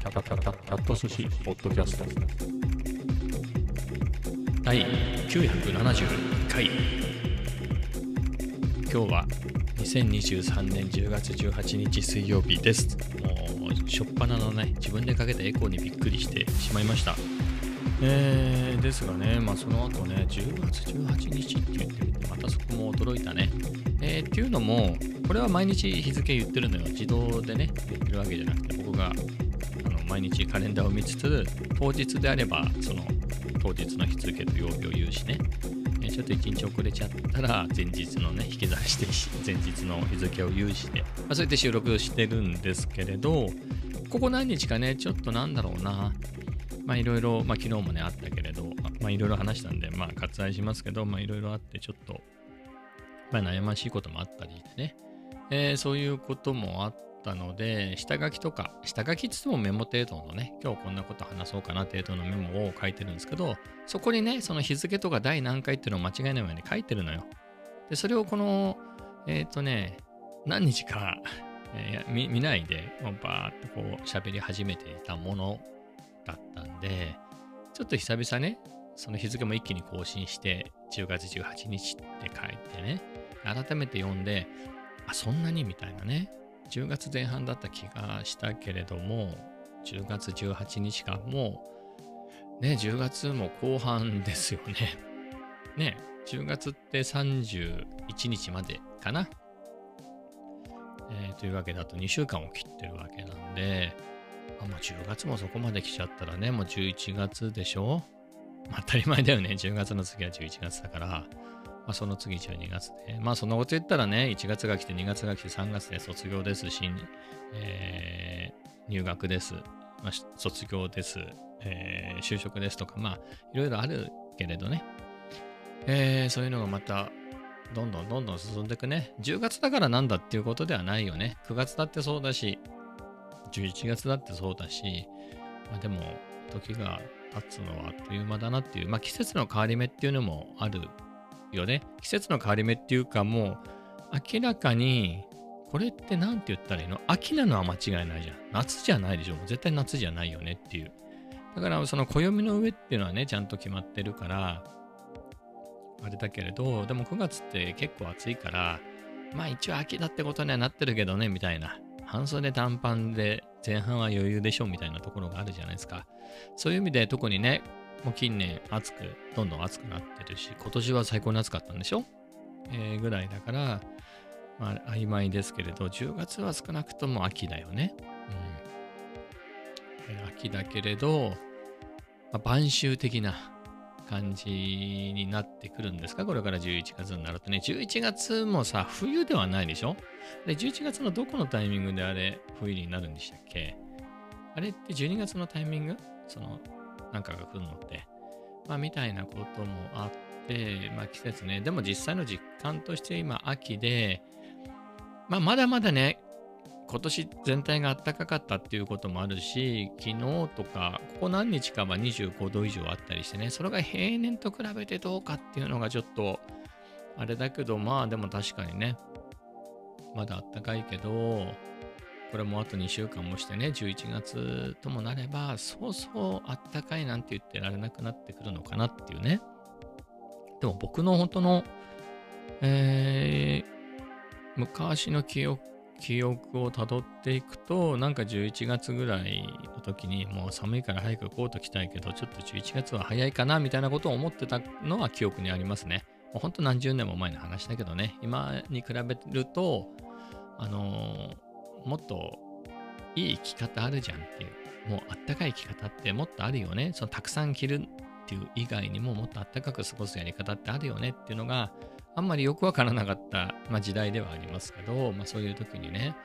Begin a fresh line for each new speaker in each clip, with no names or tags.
キャット寿司ポッドキャスト
第971回。今日は2023年10月18日水曜日です。もう初っ端のね、自分でかけたエコーにびっくりしてしまいました。ですがね、その後ね、10月18日って言ってみて、またそこも驚いたね。っていうのも、これは毎日日付言ってるのよ。自動でね、言ってるわけじゃなくて、僕が毎日カレンダーを見つつ、当日であれば、その当日の日付と曜日を言うしね、ちょっと1日遅れちゃったら、前日のね、引き算して前日の日付を言うしで、そうやって収録してるんですけれど、ここ何日かね、ちょっとなんだろうな、いろいろ、昨日もね、あったけれど、いろいろ話したんで、割愛しますけど、いろいろあって、ちょっと、悩ましいこともあったりでね、そういうこともあったので、下書きって言ってもメモ程度のね、今日こんなこと話そうかな程度のメモを書いてるんですけど、そこにね、その日付とか第何回っていうのを間違いないように書いてるのよ。で、それをこの、何日か、見ないで、もうバーってこう喋り始めていたものだったんで、ちょっと久々ね、その日付も一気に更新して、10月18日って書いてね、改めて読んで、そんなにみたいなね、10月前半だった気がしたけれども、10月18日か、もう、ね、10月も後半ですよね。ね、10月って31日までかな。というわけだと2週間を切ってるわけなんで、もう10月もそこまで来ちゃったらね、もう11月でしょ。当たり前だよね。10月の次は11月だから、その次12月で。そのこと言ったらね、1月が来て2月が来て3月で卒業ですし、入学です。卒業です。就職ですとか、いろいろあるけれどね。そういうのがまた、どんどん進んでいくね。10月だからなんだっていうことではないよね。9月だってそうだし、11月だってそうだし、でも、時が経つのはあっという間だなっていう、季節の変わり目っていうのもあるよね。季節の変わり目っていうか、もう明らかにこれって何て言ったらいいの？秋なのは間違いないじゃん。夏じゃないでしょ。もう絶対夏じゃないよねっていう。だからその暦の上っていうのはね、ちゃんと決まってるからあれだけれど、でも9月って結構暑いから、一応秋だってことにはなってるけどねみたいな。半袖短パンで前半は余裕でしょみたいなところがあるじゃないですか。そういう意味で特にね、もう近年どんどん暑くなってるし、今年は最高に暑かったんでしょ、ぐらいだから、曖昧ですけれど、10月は少なくとも秋だよね。秋だけれど、晩秋的な感じになってくるんですか？これから11月になるとね。11月もさ、冬ではないでしょ？で、11月のどこのタイミングであれ、冬になるんでしたっけ？あれって12月のタイミング？なんかが来るのって。みたいなこともあって、季節ね。でも実際の実感として今、秋で、まだまだね、今年全体が暖かかったっていうこともあるし、昨日とか、ここ何日かは25度以上あったりしてね、それが平年と比べてどうかっていうのがちょっと、あれだけど、でも確かにね、まだ暖かいけど、これもあと2週間もしてね、11月ともなれば、そうそう暖かいなんて言ってられなくなってくるのかなっていうね。でも僕の本当の、昔の記憶をたどっていくと、なんか11月ぐらいの時に、もう寒いから早くコート着たいけど、ちょっと11月は早いかな、みたいなことを思ってたのは記憶にありますね。もう本当何十年も前の話だけどね、今に比べると、もっといい生き方あるじゃんっていう。もうあったかい生き方ってもっとあるよね。たくさん着るっていう以外にももっとあったかく過ごすやり方ってあるよねっていうのがあんまりよくわからなかった、時代ではありますけど、そういう時にね、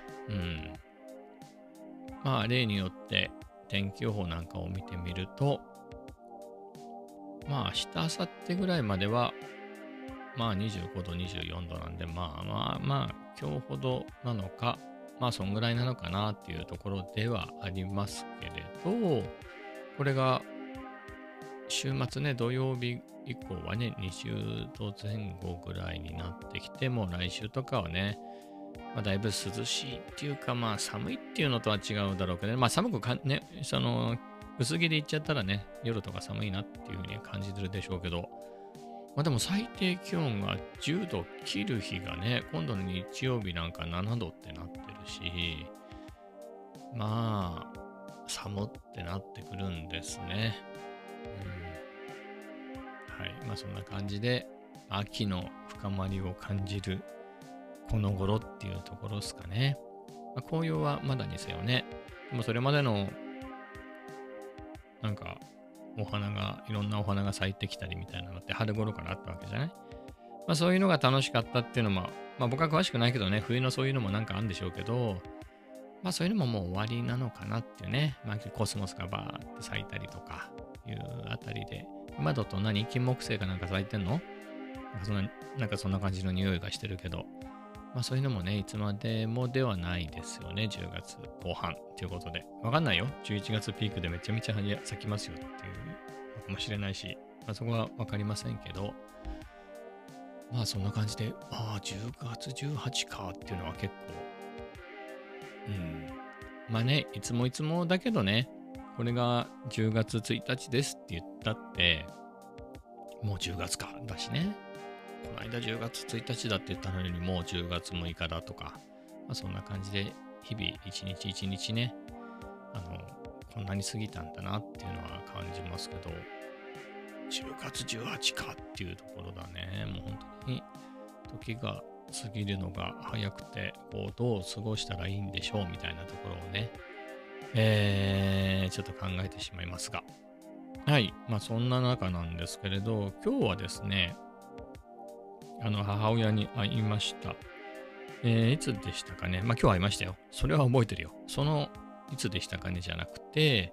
例によって天気予報なんかを見てみると、明日、明後日ぐらいまでは、25度、24度なんで、今日ほどなのか、そんぐらいなのかなっていうところではありますけれど、これが週末ね、土曜日以降はね、20度前後ぐらいになってきて、もう来週とかはね、 まあ、だいぶ涼しいっていうか、まあ寒いっていうのとは違うだろうけどね、まあ寒くかね、薄着で行っちゃったらね、夜とか寒いなっていう風に感じてるでしょうけど、まあでも最低気温が10度切る日がね、今度の日曜日なんか7度ってなってるし、まあ、寒ってなってくるんですね。はい。まあそんな感じで、秋の深まりを感じるこの頃っていうところですかね。まあ、紅葉はまだにせよね。でもそれまでの、なんか、いろんなお花が咲いてきたりみたいなのって春頃からあったわけじゃない？まあそういうのが楽しかったっていうのも、まあ僕は詳しくないけどね、冬のそういうのもなんかあるんでしょうけど、まあそういうのももう終わりなのかなっていうね。まあコスモスがバーって咲いたりとかいうあたりで、今だと金木犀かなんか咲いてんの？なんかそんな感じの匂いがしてるけど、まあそういうのもね、いつまでもではないですよね。10月後半ということで。わかんないよ。11月ピークでめちゃめちゃ咲きますよっていうのかもしれないし、まあそこはわかりませんけど、まあそんな感じで、10月18かっていうのは結構、まあね、いつもだけどね、これが10月1日ですって言ったって、もう10月かだしね。この間10月1日だって言ったのにもう10月6日だとか、まあそんな感じで日々一日一日ね、こんなに過ぎたんだなっていうのは感じますけど、10月18かっていうところだね。もう本当に時が過ぎるのが早くて、こうどう過ごしたらいいんでしょうみたいなところをね、ちょっと考えてしまいますが。はい。まあそんな中なんですけれど、今日はですね、母親に会いました。いつでしたかね。まあ今日会いましたよ。それは覚えてるよ。いつでしたかねじゃなくて、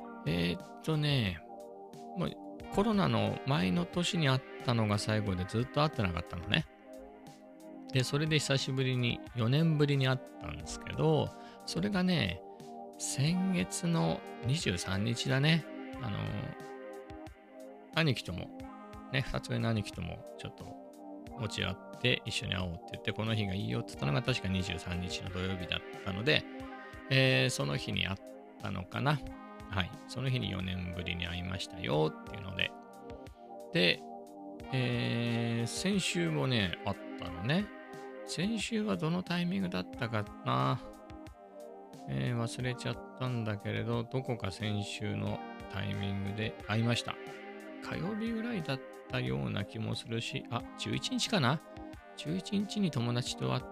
もうコロナの前の年に会ったのが最後でずっと会ってなかったのね。で、それで久しぶりに、4年ぶりに会ったんですけど、それがね、先月の23日だね。兄貴とも、ね、2つ目の兄貴ともちょっと持ち合って一緒に会おうって言って、この日がいいよって言ったのが確か23日の土曜日だったので、その日に会ったのかな。はい。その日に4年ぶりに会いましたよっていうので。で、先週もね、会ったのね。先週はどのタイミングだったかな。忘れちゃったんだけれど、どこか先週のタイミングで会いました。火曜日ぐらいだったような気もするし、11日かな ?11 日に友達と会って、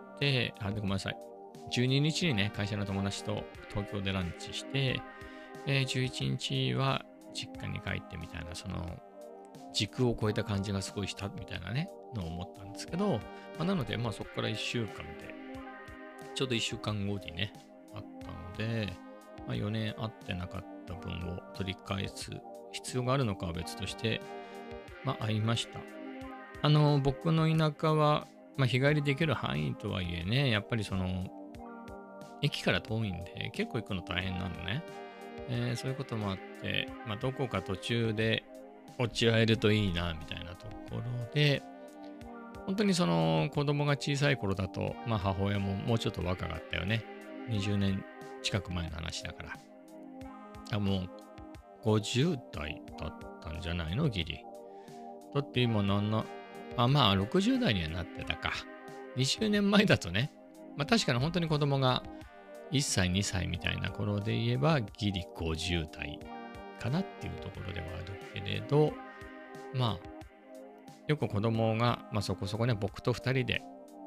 ごめんなさい。12日にね、会社の友達と東京でランチして、11日は実家に帰ってみたいな、時空を超えた感じがすごいしたみたいなね、のを思ったんですけど、なので、そこから1週間で、ちょうど1週間後にね、あったので、4年会ってなかった分を取り返す必要があるのかは別として、会いました。僕の田舎は、日帰りできる範囲とはいえね、やっぱり駅から遠いんで、結構行くの大変なのね。そういうこともあって、どこか途中で落ち合えるといいな、みたいなところで、本当に子供が小さい頃だと、母親ももうちょっと若かったよね。20年近く前の話だから。もう50代だったんじゃないのギリ。だって今60代にはなってたか。20年前だとね、確かに本当に子供が1歳、2歳みたいな頃で言えばギリ50代かなっていうところではあるけれど、よく子供が、そこそこね、僕と2人で、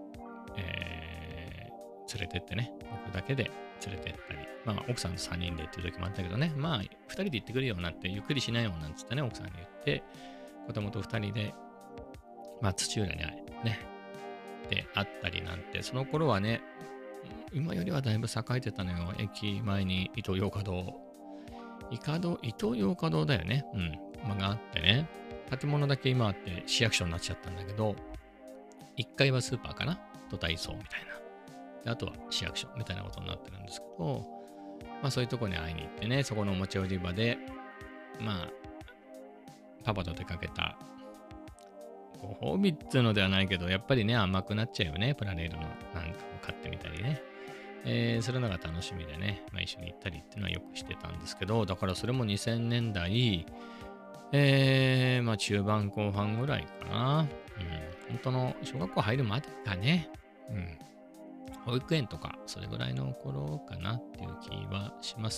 連れてってね、僕だけで連れてったり、奥さんと3人でっていう時もあったけどね、2人で行ってくるよなんて、ゆっくりしないよなんつってね、奥さんに言って、子供と2人で、土浦にね、で会ったりなんて、その頃はね、今よりはだいぶ栄えてたのよ。駅前にイトーヨーカドー。イトーヨーカドーだよね。があってね。建物だけ今あって市役所になっちゃったんだけど、1階はスーパーかなとダイソーみたいな。であとは市役所みたいなことになってるんですけど、そういうとこに会いに行ってね、そこのおもちゃ売り場で、パパと出かけたご褒美っていうのではないけど、やっぱりね、甘くなっちゃうよね。プラレールのなんかを買ってみたりね。するのが楽しみでね、まあ、一緒に行ったりっていうのはよくしてたんですけど、だからそれも2000年代、まあ中盤後半ぐらいかな。本当の小学校入るまでかね。保育園とか、それぐらいの頃かなっていう気はします。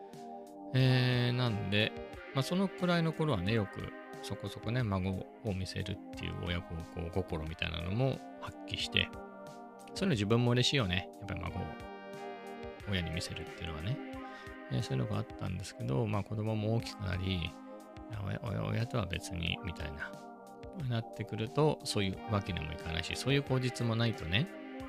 なんで、まあそのくらいの頃はね、よくそこそこね、孫を見せるっていう親孝行心みたいなのも発揮して、そういうの自分も嬉しいよね。やっぱり孫を親に見せるっていうのはね。そういうのがあったんですけど、まあ子供も大きくなり、親とは別にみたいなってくると、そういうわけにもいかないし、そういう口実もないとね、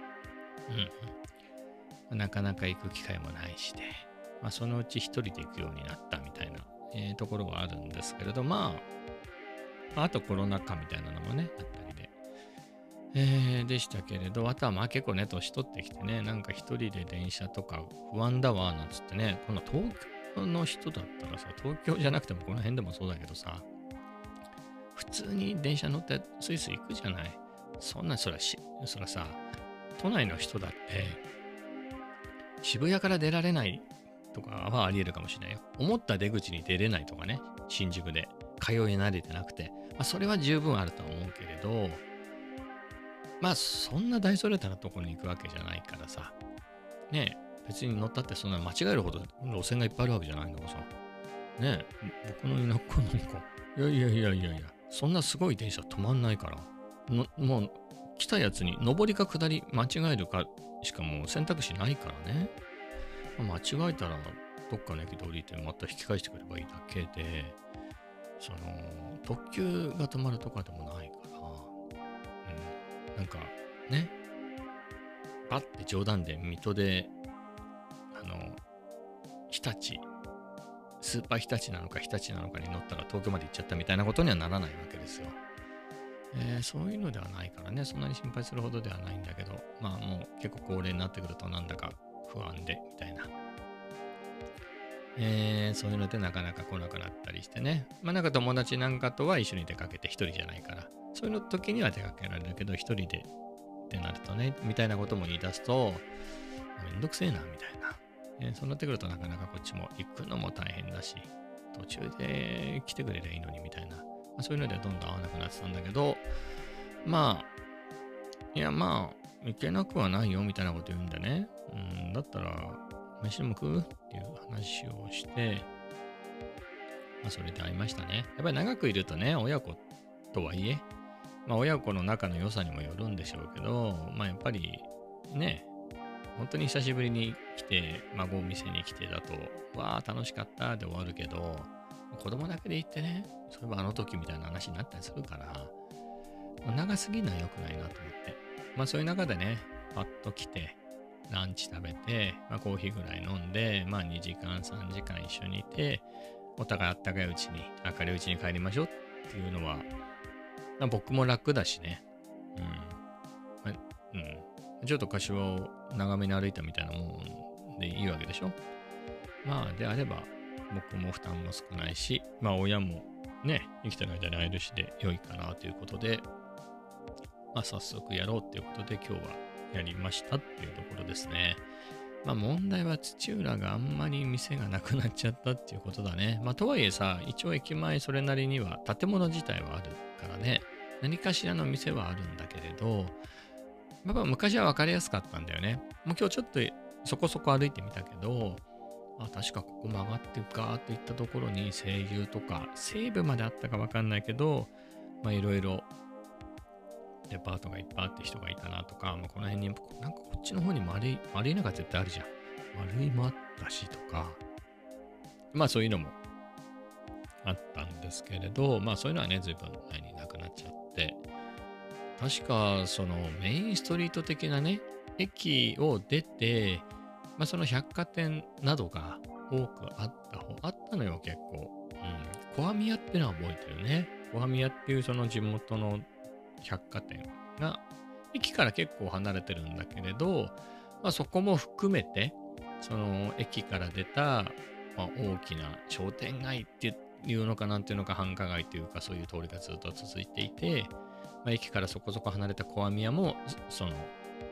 なかなか行く機会もないしで、まあ、そのうち一人で行くようになったみたいな、ところはあるんですけれど、まあ、あとコロナ禍みたいなのもね、あったりで、でしたけれど、あとはまあ結構ね、年取ってきてね、なんか一人で電車とか不安だわ、なんつってね、この東京の人だったらさ、東京じゃなくてもこの辺でもそうだけどさ、普通に電車乗ってスイスイ行くじゃない。そらさ、都内の人だって、渋谷から出られないとかはあり得るかもしれないよ。思った出口に出れないとかね、新宿で通い慣れてなくて、まあ、それは十分あるとは思うけれど、まあそんな大それたところに行くわけじゃないからさ、ねえ、別に乗ったってそんな間違えるほど路線がいっぱいあるわけじゃないんだからさ、ねえ、僕の田舎なんか、いや、そんなすごい電車止まんないから、もう来たやつに上りか下り間違えるかしかもう選択肢ないからね。間違えたらどっかの駅で降りてまた引き返してくればいいだけで、その特急が止まるとかでもないから、なんかね、パッて冗談で水戸で日立スーパー日立なのか日立なのかに乗ったら東京まで行っちゃったみたいなことにはならないわけですよ。そういうのではないからね、そんなに心配するほどではないんだけど、まあもう結構高齢になってくるとなんだか不安でみたいな。そういうのでなかなか来なくなったりしてね。まあなんか友達なんかとは一緒に出かけて一人じゃないから、そういうの時には出かけられるけど一人でってなるとね、みたいなことも言い出すと、めんどくせえなみたいな。そうなってくるとなかなかこっちも行くのも大変だし、途中で来てくれりゃいいのにみたいな。そういうのでどんどん会わなくなってたんだけど、まあ、行けなくはないよみたいなこと言うんでね。だったら、飯でも食うっていう話をして、まあそれで会いましたね。やっぱり長くいるとね、親子とはいえ、まあ親子の仲の良さにもよるんでしょうけど、まあやっぱりね、本当に久しぶりに来て、孫を店に来てだと、わあ楽しかったで終わるけど、子供だけで行ってね、そういえばあの時みたいな話になったりするから、長すぎるのは良くないなと思って。まあそういう中でね、パッと来て、ランチ食べて、まあコーヒーぐらい飲んで、まあ2時間、3時間一緒にいて、お互いあったかいうちに、明るいうちに帰りましょうっていうのは、まあ、僕も楽だしね。ちょっと柏を長めに歩いたみたいなもんでいいわけでしょ。まあであれば、僕も負担も少ないし、まあ親もね、生きてる間に会えるしで良いかなということで、まあ早速やろうっていうことで今日はやりましたっていうところですね。まあ問題は土浦があんまり店がなくなっちゃったっていうことだね。まあとはいえさ、一応駅前それなりには建物自体はあるからね、何かしらの店はあるんだけれど、やっぱ昔は分かりやすかったんだよね。もう今日ちょっとそこそこ歩いてみたけど、確かここ曲がってガーって行ったところに声優とか、西部まであったか分かんないけど、まあいろいろデパートがいっぱいあって人がいたなとか、まあ、この辺に、なんかこっちの方に丸いのが絶対あるじゃん。丸いもあったしとか、まあそういうのもあったんですけれど、まあそういうのはね、随分前になくなっちゃって、確かそのメインストリート的なね、駅を出て、まあその百貨店などが多くあったのよ、結構。小網屋ってのは覚えてるね。小網屋っていうその地元の百貨店が駅から結構離れてるんだけれど、まあそこも含めて、その駅から出た、まあ、大きな商店街っていうのかなんていうのか繁華街というかそういう通りがずっと続いていて、 駅からそこそこ離れた小網屋も、その、はい、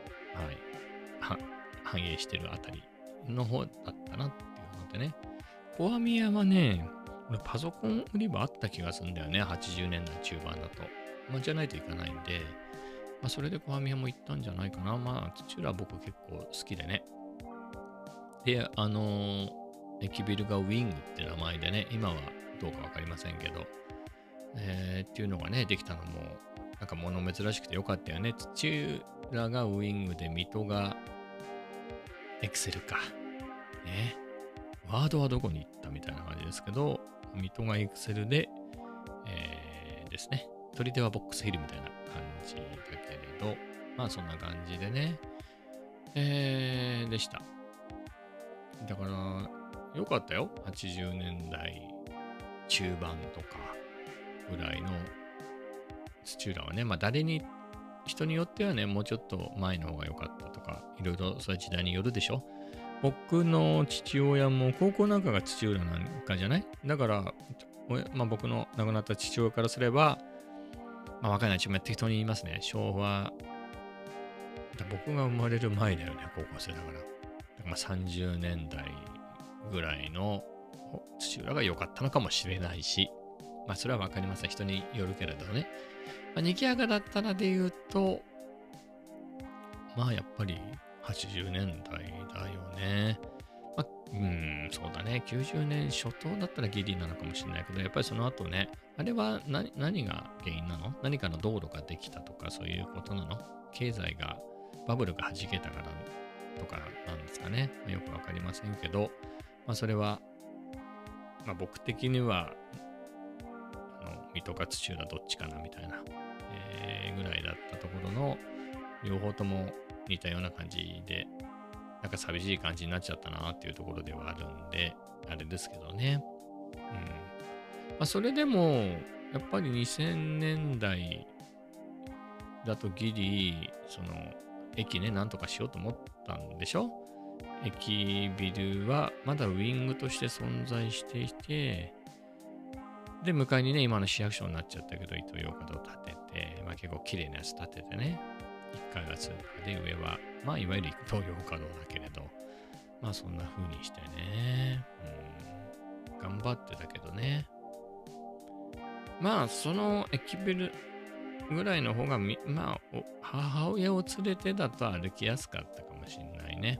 反映してるあたりの方だったなっていうのでね。小網屋はね、俺パソコン売り場あった気がするんだよね、80年代中盤だと。じゃないといかないんで、それで小網屋も行ったんじゃないかな。土浦僕結構好きでね。で、駅ビルがウィングって名前でね、今はどうかわかりませんけど、っていうのがね、できたのも、なんか物珍しくてよかったよね。土浦がウィングで、水戸がエクセルか。ね。ワードはどこに行ったみたいな感じですけど、水戸がエクセルで、ですね。取り手はボックスヒルみたいな感じだけれど、そんな感じでね、でした。だから、よかったよ。80年代中盤とかぐらいの土浦はね、人によってはね、もうちょっと前の方が良かったとか、いろいろそういう時代によるでしょ。僕の父親も高校なんかが土浦なんかじゃない？だから、僕の亡くなった父親からすれば、若いな、適当に言いますね。昭和、僕が生まれる前だよね、高校生だから。だから30年代ぐらいの土浦が良かったのかもしれないし、それはわかりません。人によるけれどね。賑やかだったらで言うと、やっぱり80年代だよね。そうだね。90年初頭だったらギリなのかもしれないけど、やっぱりその後ね、あれは何が原因なの？何かの道路ができたとかそういうことなの？経済が、バブルが弾けたからとかなんですかね。よくわかりませんけど、それは、僕的には、水戸か土浦どっちかなみたいな、ぐらいだったところの、両方とも似たような感じで、なんか寂しい感じになっちゃったなっていうところではあるんで、あれですけどね。それでも、やっぱり2000年代だとギリ、駅ね、なんとかしようと思ったんでしょ？駅ビルはまだウィングとして存在していて、で、向かいにね、今の市役所になっちゃったけど、イトーヨーカドー建てて、結構綺麗なやつ建ててね、1階がスーパーで、上は、いわゆるイトーヨーカドーだけれど、そんな風にしてね、頑張ってたけどね。その駅ビルぐらいの方が、母親を連れてだと歩きやすかったかもしれないね。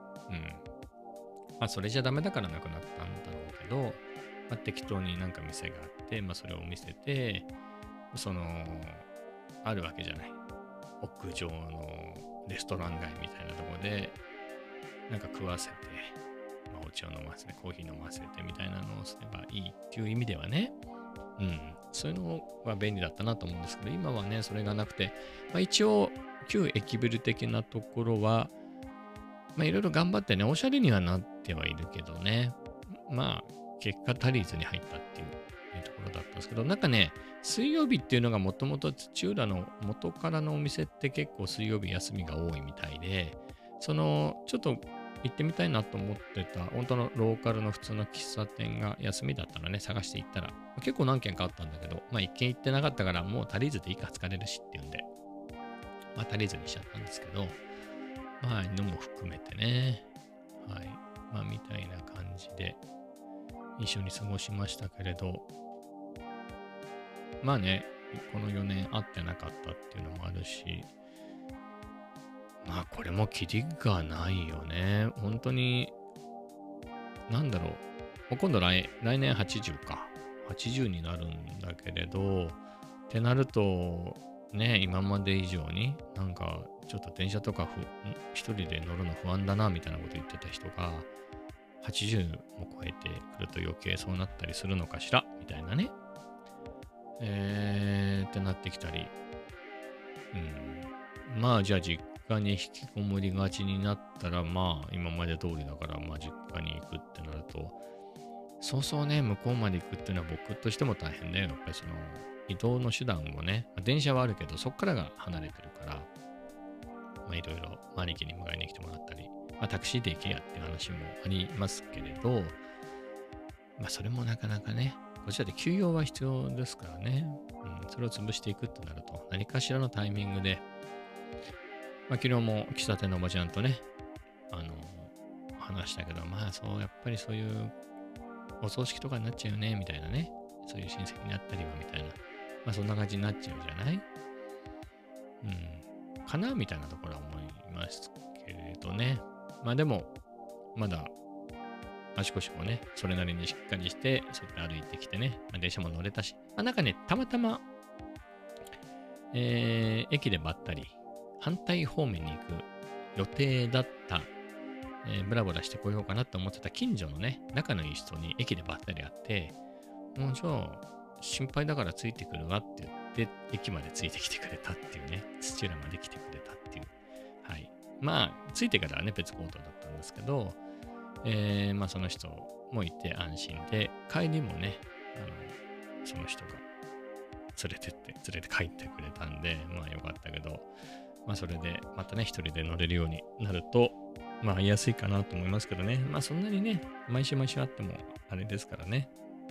それじゃダメだからなくなったんだろうけど、適当になんか店があって、それを見せて、あるわけじゃない。屋上のレストラン街みたいなところで、なんか食わせて、お茶を飲ませて、コーヒー飲ませてみたいなのをすればいいっていう意味ではね、そういうのは便利だったなと思うんですけど、今はね、それがなくて、一応、旧駅ビル的なところは、いろいろ頑張ってね、おしゃれにはなってはいるけどね、結果足りずに入ったっていうところだったんですけど、なんかね、水曜日っていうのがもともと土浦の元からのお店って結構水曜日休みが多いみたいで、ちょっと行ってみたいなと思ってた、本当のローカルの普通の喫茶店が休みだったらね、探して行ったら、結構何軒かあったんだけど、一軒行ってなかったからもう足りずでいいか疲れるしっていうんで、足りずにしちゃったんですけど、のも含めてね、みたいな感じで一緒に過ごしましたけれど、この4年会ってなかったっていうのもあるし、これもキリがないよね。本当に、なんだろう。今度来年80か。80になるんだけれど、ってなると、ね、今まで以上に、なんか、ちょっと電車とか一人で乗るの不安だな、みたいなこと言ってた人が、80も超えてくると余計そうなったりするのかしら、みたいなね。ってなってきたり。じゃあ実家に引きこもりがちになったら、今まで通りだから、実家に行くってなると、そうそうね、向こうまで行くっていうのは僕としても大変だよ。やっぱり移動の手段もね、電車はあるけど、そっからが離れてるから、いろいろ兄貴に迎えに来てもらったり、タクシーで行けやっていう話もありますけれど、それもなかなかね、こちらで休養は必要ですからね。 それを潰していくってなると、何かしらのタイミングで、昨日も喫茶店のおばちゃんとね、話したけど、やっぱりそういうお葬式とかになっちゃうよね、みたいなね。そういう親戚になったりは、みたいな。そんな感じになっちゃうじゃないかなみたいなところは思いますけれどね。でも、まだ、足腰もね、それなりにしっかりして、そうやって歩いてきてね、電車も乗れたし、なんかね、たまたま、駅でばったり、反対方面に行く予定だった、ブラブラしてこようかなって思ってた近所のね、仲のいい人に駅でばったり会って、もうじゃあ、心配だからついてくるわって言って、駅までついてきてくれたっていうね、土浦まで来てくれたっていう。はい。ついてからはね、別行動だったんですけど、その人もいて安心で、帰りもね、その人が連れて帰ってくれたんで、よかったけど、それでまたね、一人で乗れるようになると、言いやすいかなと思いますけどね。そんなにね、毎週あってもあれですからね。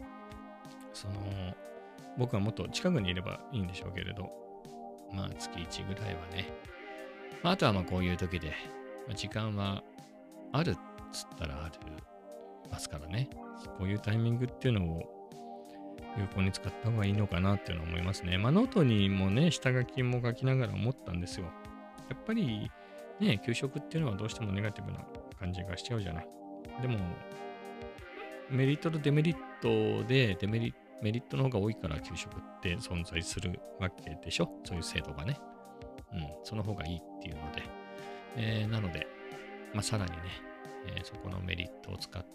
僕はもっと近くにいればいいんでしょうけれど、月1ぐらいはね。あとはこういう時で、時間はあるっつったらありますからね。こういうタイミングっていうのを有効に使った方がいいのかなっていうのを思いますね。ノートにもね、下書きも書きながら思ったんですよ。やっぱりね、給食っていうのはどうしてもネガティブな感じがしちゃうじゃない。でも、メリットとデメリットで、メリットの方が多いから給食って存在するわけでしょ。そういう制度がね。その方がいいっていうので。なので、さらにね、そこのメリットを使って、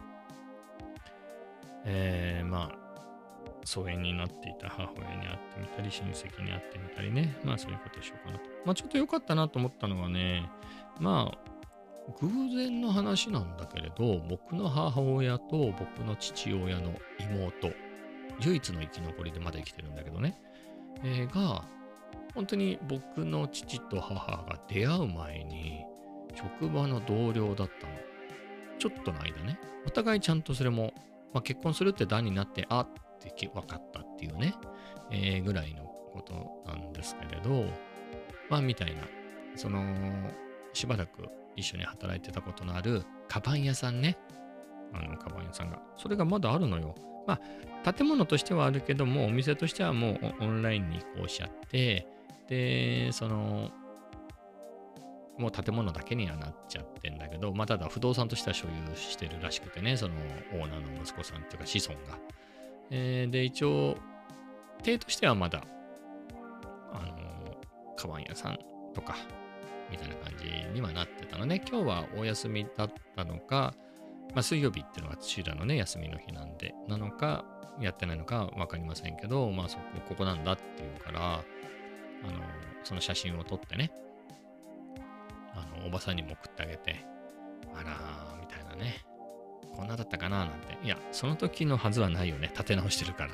疎遠になっていた母親に会ってみたり、親戚に会ってみたりね。そういうことをしようかなと。ちょっと良かったなと思ったのはね、偶然の話なんだけれど、僕の母親と僕の父親の妹、唯一の生き残りでまだ生きてるんだけどね、が、本当に僕の父と母が出会う前に、職場の同僚だったの。ちょっとの間ね。お互いちゃんとそれも、結婚するって段になって、って分かったっていうね、ぐらいのことなんですけれど、みたいな、しばらく一緒に働いてたことのあるカバン屋さんね。カバン屋さんが。それがまだあるのよ。建物としてはあるけども、お店としてはもうオンラインに移行しちゃって、で、もう建物だけにはなっちゃってんだけど、ただ不動産としては所有してるらしくてね、そのオーナーの息子さんっていうか子孫が。で、一応、体としてはまだ、カバン屋さんとか、みたいな感じにはなってたのね。今日はお休みだったのか、水曜日っていうのが土浦のね、休みの日なんで、なのか、やってないのかわかりませんけど、ここなんだっていうから、その写真を撮ってね、おばさんにも送ってあげて、あらー、みたいなね。こんなだったかななんて。いや、その時のはずはないよね。立て直してるから。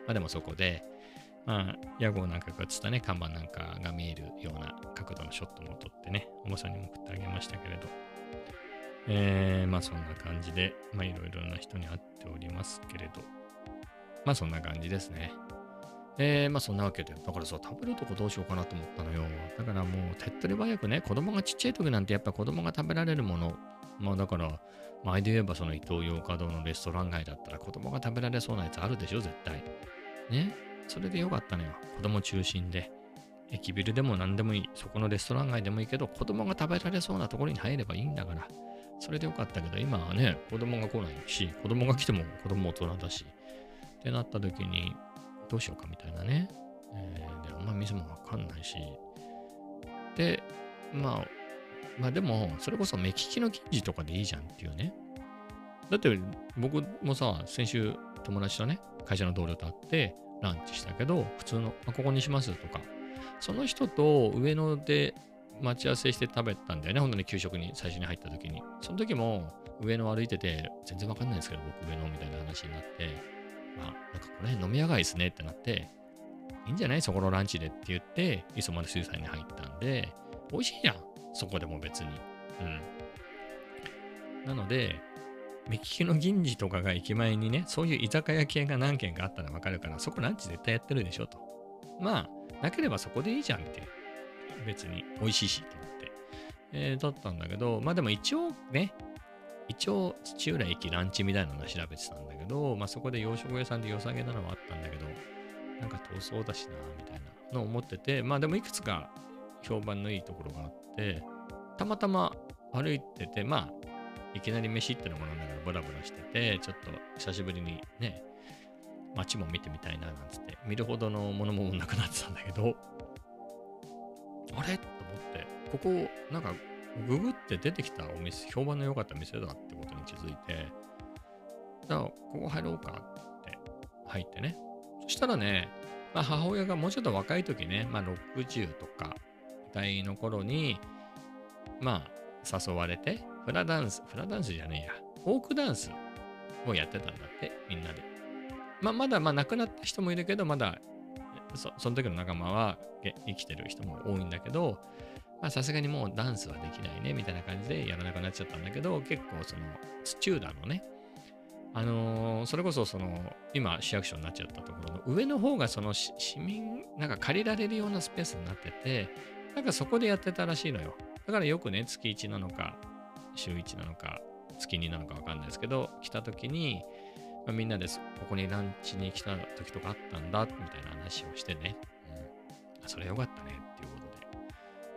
でもそこで、屋号なんかが映ったね、看板なんかが見えるような角度のショットも撮ってね、おばさんにも送ってあげましたけれど。そんな感じで、いろいろな人に会っておりますけれど。そんな感じですね。そんなわけで、だからさ、食べるとこどうしようかなと思ったのよ。だからもう、手っ取り早くね、子供がちっちゃい時なんてやっぱ子供が食べられるもの、だから、前で言えばそのイトーヨーカドーのレストラン街だったら子供が食べられそうなやつあるでしょ、絶対。ね。それでよかったのよ。子供中心で。駅ビルでも何でもいい。そこのレストラン街でもいいけど、子供が食べられそうなところに入ればいいんだから。それでよかったけど、今はね、子供が来ないし、子供が来ても子供大人だし。ってなった時に、どうしようかみたいなね。で、あんま店もわかんないし。で、でも、それこそ目利きの記事とかでいいじゃんっていうね。だって僕もさ、先週友達とね、会社の同僚と会ってランチしたけど、普通の、ここにしますとか、その人と上野で待ち合わせして食べたんだよね。本当に給食に最初に入った時に。その時も上野歩いてて、全然わかんないんですけど、僕上野みたいな話になって、なんかこれ飲み屋街ですねってなって、いいんじゃないそこのランチでって言って、磯丸水産に入ったんで、美味しいじゃん。そこでも別に。なので、 目利きの銀次とかが駅前にね、そういう居酒屋系が何軒かあったらわかるから、そこランチ絶対やってるでしょと。まあ、なければそこでいいじゃんって。別に美味しいしと思って。だったんだけど、まあでも一応土浦駅ランチみたいなの調べてたんだけど、まあそこで洋食屋さんで良さげなのはあったんだけど、なんか遠そうだしな、みたいなのを思ってて、まあでもいくつか評判のいいところがあって、たまたま歩いてて、まあ、いきなり飯ってのもなんだからブラブラしてて、ちょっと久しぶりにね、街も見てみたいななんつって、見るほどのものもなくなってたんだけど、あれと思って、ここ、なんか、ググって出てきたお店、評判の良かった店だってことに気づいて、だから、ここ入ろうかって入ってね。そしたらね、まあ、母親がもうちょっと若い時ね、まあ、60とか代の頃に、まあ、誘われて、フラダンスじゃねえや、フォークダンスをやってたんだって、みんなで。まあ、まだ亡くなった人もいるけど、まだその時の仲間は生きてる人も多いんだけど、まあさすがにもうダンスはできないねみたいな感じでやらなくなっちゃったんだけど、結構その土浦のね、それこそその今市役所になっちゃったところの上の方がその市民なんか借りられるようなスペースになってて、なんかそこでやってたらしいのよ。だからよくね、月1なのか週1なのか月2なのかわかんないですけど、来た時にまあ、みんなでここにランチに来た時とかあったんだみたいな話をしてね。それよかったねっていうこと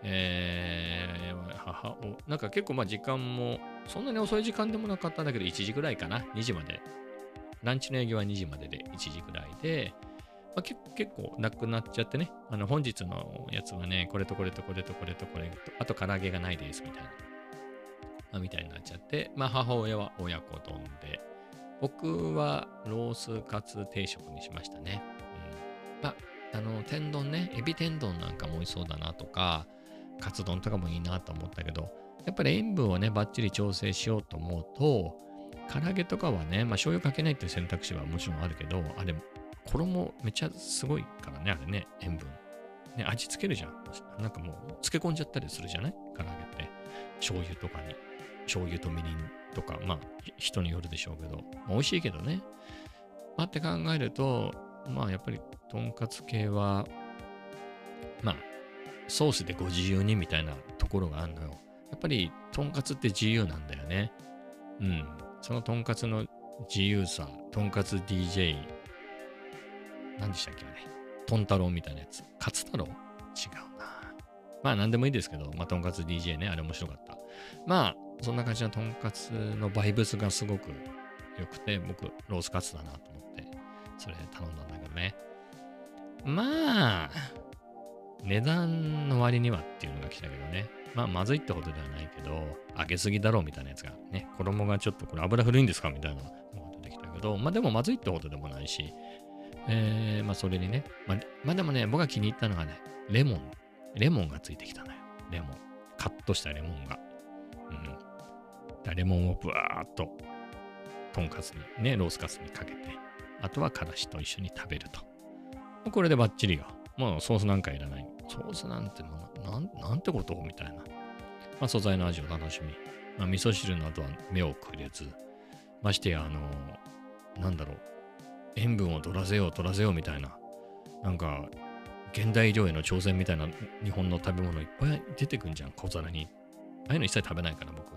で。なんか結構まあ時間もそんなに遅い時間でもなかったんだけど、1時ぐらいかな。2時まで。ランチの営業は2時までで1時ぐらいで、まあ、結構なくなっちゃってね。本日のやつはね、これとこれとこれとこれとこれと、あと唐揚げがないですみたいな。みたいになっちゃって、まあ母親は親子丼で、僕はロースカツ定食にしましたね。天丼ね、エビ天丼なんかも美味しそうだなとか、カツ丼とかもいいなと思ったけど、やっぱり塩分をね、バッチリ調整しようと思うと、唐揚げとかはね、まあ醤油かけないっていう選択肢はもちろんあるけど、あれ、衣めっちゃすごいからね、あれね、塩分。ね、味付けるじゃん。なんかもう漬け込んじゃったりするじゃない唐揚げって。醤油とかに。醤油とみりんとか、まあ、人によるでしょうけど、まあ、美味しいけどね。まあって考えると、まあやっぱり、とんかつ系は、まあ、ソースでご自由にみたいなところがあるのよ。やっぱり、とんかつって自由なんだよね。うん。そのとんかつの自由さ、とんかつ DJ、何でしたっけあれ。とん太郎みたいなやつ。かつ太郎違うな。まあ何でもいいですけど、まあとんかつ DJ ね、あれ面白かった。まあ、そんな感じのとんかつのバイブスがすごく良くて、僕、ロースカツだなと思って、それ頼んだんだけどね。まあ、値段の割にはっていうのが来たけどね。まあ、まずいってほどではないけど、揚げすぎだろうみたいなやつがね、衣がちょっとこれ油古いんですかみたいなのが出てきたけど、まあでもまずいってほどでもないし、まあそれにね、まあでもね、僕が気に入ったのがね、レモンがついてきたのよ。レモン。カットしたレモンが。レモンをブワーっととんかつにね、ロースカツにかけて、あとはからしと一緒に食べると。これでバッチリよ。もうソースなんかいらない。ソースなんてなんてことみたいな。まあ素材の味を楽しみ。まあ味噌汁などは目をくれず、ましてやなんだろう、塩分を取らせようみたいな、なんか現代医療への挑戦みたいな日本の食べ物いっぱい出てくんじゃん、小皿に。ああいうの一切食べないから僕。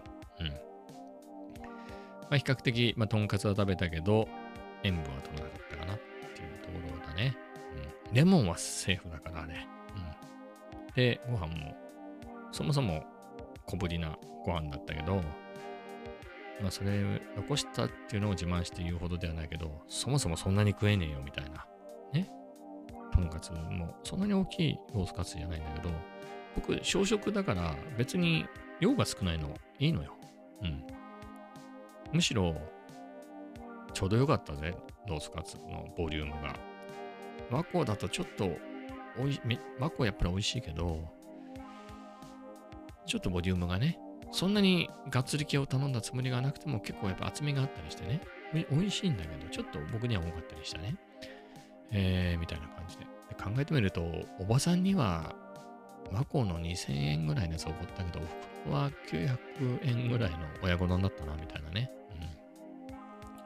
まあ、比較的、まあ、とんかつは食べたけど、塩分は取らなかったかなっていうところだね。レモンはセーフだからね。で、ご飯も、そもそも小ぶりなご飯だったけど、まあそれ残したっていうのを自慢して言うほどではないけど、そもそもそんなに食えねえよみたいな。ね。とんかつもそんなに大きいロースカツじゃないんだけど、僕、小食だから別に量が少ないのいいのよ。むしろ、ちょうどよかったぜ、ロースカツのボリュームが。和光だとちょっと、和光やっぱり美味しいけど、ちょっとボリュームがね、そんなにがっつり系を頼んだつもりがなくても結構やっぱ厚みがあったりしてね、美味しいんだけど、ちょっと僕には多かったりしたね。みたいな感じで。考えてみると、おばさんには和光の2000円ぐらいのやつをおごったけど、お袋は900円ぐらいの親子丼だったな、みたいなね。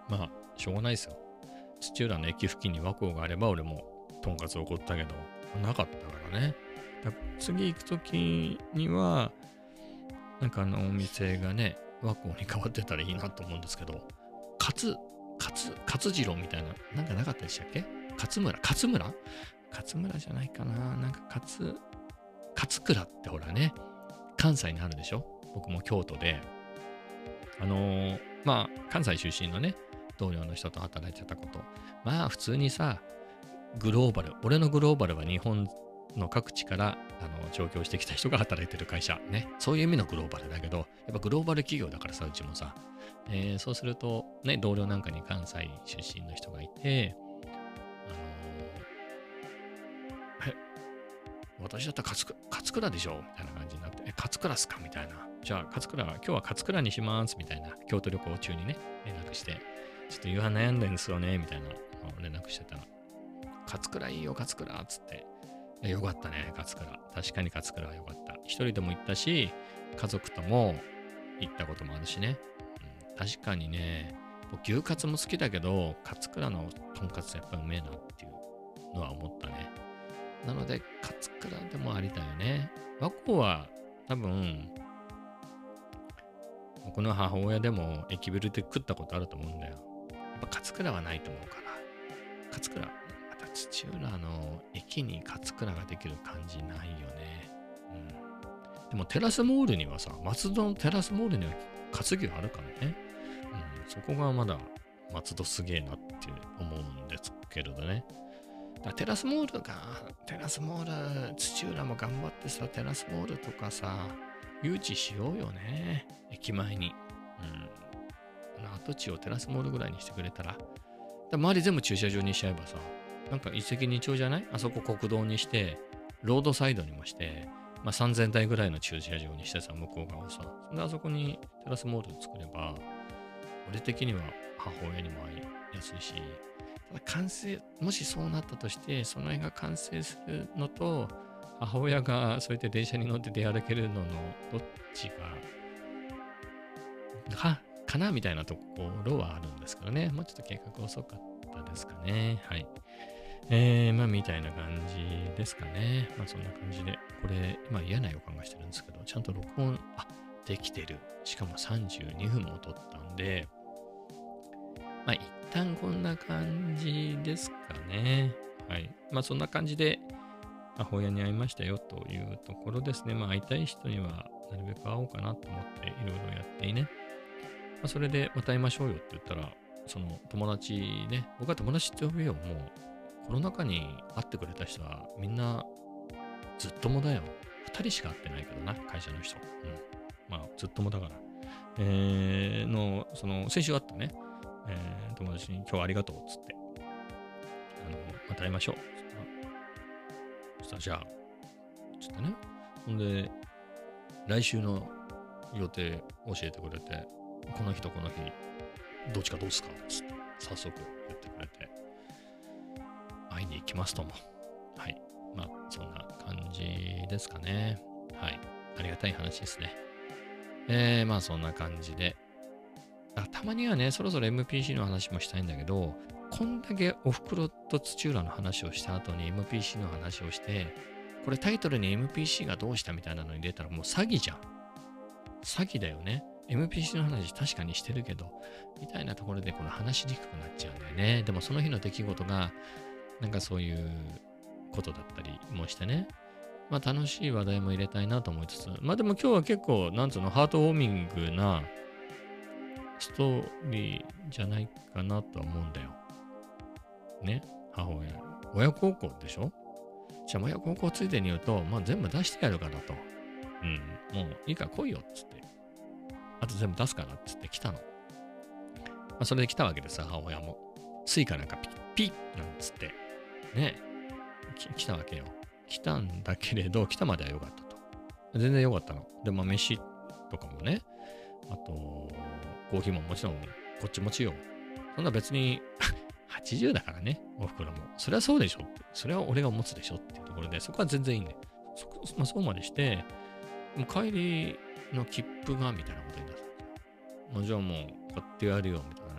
まあ、しょうがないですよ。土浦の駅付近に和光があれば俺もとんかつを怒ったけど、なかったからね。次行くときには、なんかお店がね、和光に変わってたらいいなと思うんですけど、勝次郎みたいな、なんかなかったでしたっけ？勝村じゃないかな。なんか勝倉ってほらね、関西にあるでしょ？僕も京都で、まあ、関西出身のね、同僚の人と働いてたこと。まあ、普通にさ、俺のグローバルは日本の各地から上京してきた人が働いてる会社ね。そういう意味のグローバルだけど、やっぱグローバル企業だからさ、うちもさ。そうすると、ね、同僚なんかに関西出身の人がいて、私だったら勝倉でしょみたいな感じになって、勝倉っすかみたいな。じゃあ、今日は勝倉にしますみたいな。京都旅行中にね、連絡して、ちょっと夕飯悩んでんですよねみたいな連絡してたら、勝倉いいよ、勝倉っつって。よかったね、勝倉。確かに勝倉はよかった。一人でも行ったし、家族とも行ったこともあるしね。確かにね、牛カツも好きだけど、勝倉のとんかつやっぱうめえなっていうのは思ったね。なので、勝倉でもありだよね。和光は多分、僕の母親でも駅ビルで食ったことあると思うんだよ。やっぱ勝倉はないと思うから。勝倉、また土浦の駅に勝倉ができる感じないよね。でもテラスモールにはさ、松戸のテラスモールには活牛あるからね。そこがまだ松戸すげえなって思うんですけれどね。テラスモール、土浦も頑張ってさ、テラスモールとかさ、誘致しようよね。駅前に。跡地をテラスモールぐらいにしてくれたら。周り全部駐車場にしちゃえばさ、なんか一石二鳥じゃない？あそこ国道にして、ロードサイドにもして、まあ、3000台ぐらいの駐車場にしてさ、向こう側をさ、であそこにテラスモール作れば、俺的には母親にも会いやすいし、ただ完成、もしそうなったとして、その絵が完成するのと、母親がそうやって電車に乗って出歩けるののどっちが、かなみたいなところはあるんですけどね。もうちょっと計画遅かったですかね。はい。まあ、みたいな感じですかね。まあ、そんな感じで、これ、今嫌な予感がしてるんですけど、ちゃんと録音、できてる。しかも32分も撮ったんで、まあ、一旦こんな感じですかね。はい。まあ、そんな感じで、母親に会いましたよというところですね。まあ、会いたい人にはなるべく会おうかなと思っていろいろやってね。まあ、それでまた会いましょうよって言ったら、その友達ね、僕は友達って呼ぶよ。もう、コロナ禍に会ってくれた人はみんなずっともだよ。2人しか会ってないけどな、会社の人。まあ、ずっともだから。その、先週会ったね、友達に今日はありがとうっつって、また会いましょう。そしたら、じゃあ、つってね。ほんで、来週の予定教えてくれて、この日とこの日、どっちかどうすかつって、早速言ってくれて、会いに行きますとも。はい。まあ、そんな感じですかね。はい。ありがたい話ですね。まあ、そんな感じで。たまにはね、そろそろ MPC の話もしたいんだけど、こんだけおふくろと土浦の話をした後に MPC の話をして、これタイトルに MPC がどうしたみたいなのに入れたらもう詐欺じゃん。詐欺だよね。MPC の話確かにしてるけど、みたいなところでこの話しにくくなっちゃうんだよね。でもその日の出来事が、なんかそういうことだったりもしてね。まあ楽しい話題も入れたいなと思いつつ、まあでも今日は結構、なんつうの、ハートウォーミングなストーリーじゃないかなとは思うんだよ。ね、母親。親孝行でしょ？じゃあ親孝行ついでに言うと、まあ全部出してやるからと。もういいから来いよっつって。あと全部出すからっつって来たの。まあそれで来たわけでさ、母親も。スイカなんかピッなんつって。ね。来たわけよ。来たんだけれど、来たまでは良かったと。全然良かったの。で、まあ飯とかもね。あと、コーヒーももちろんこっち持ちよ。そんな別に80だからね、おふくろも。それはそうでしょって。それは俺が持つでしょっていうところで、そこは全然いいね。まあそうまでして、もう帰りの切符がみたいなことになった。じゃあもう買ってやるよみたいな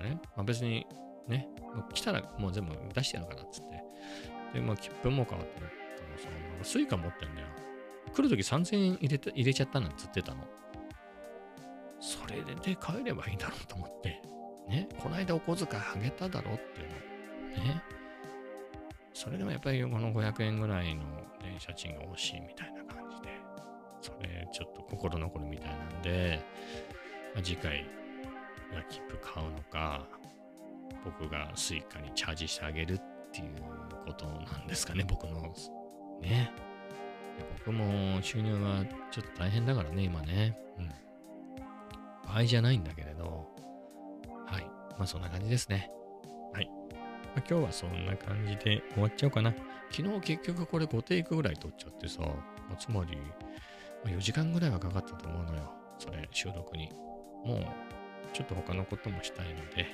ね。まあ、別にね、来たらもう全部出してやるからっつって。で、まあ、切符も変わってるからさ、なんかスイカ持ってんだよ。来るとき3000円入れちゃったなんて言ってたの。それで帰ればいいだろうと思って。ね、この間お小遣いあげただろっていうの。ね。それでもやっぱりこの500円ぐらいの電車賃が欲しいみたいな感じで、それちょっと心残るみたいなんで、まあ、次回が切符買うのか、僕がスイカにチャージしてあげるっていうことなんですかね、僕の。ね。僕も収入がちょっと大変だからね、今ね。倍じゃないんだけれど、はい。まあそんな感じですね。はい。まあ、今日はそんな感じで終わっちゃおうかな。昨日結局これ5テイクぐらい撮っちゃってさ、つまり4時間ぐらいはかかったと思うのよ。それ、収録に。もう、ちょっと他のこともしたいので、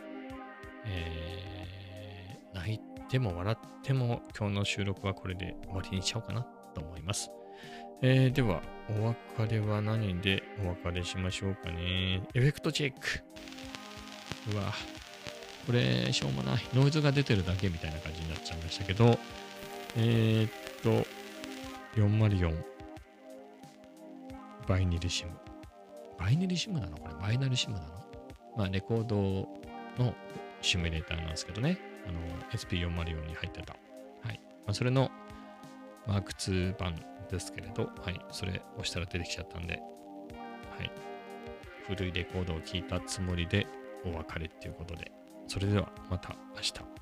泣いても笑っても今日の収録はこれで終わりにしちゃおうかなと思います。では、お別れは何でお別れしましょうかね。エフェクトチェック。うわ、これ、しょうもない。ノイズが出てるだけみたいな感じになっちゃいましたけど、404。バイネリシム。バイネリシムなのこれ、バイナルシムなのまあ、レコードのシミュレーターなんですけどね。SP404 に入ってた。はい。まあ、それのマーク2版ですけれど、はい。それ押したら出てきちゃったんで、はい。古いレコードを聴いたつもりでお別れっていうことで、それではまた明日。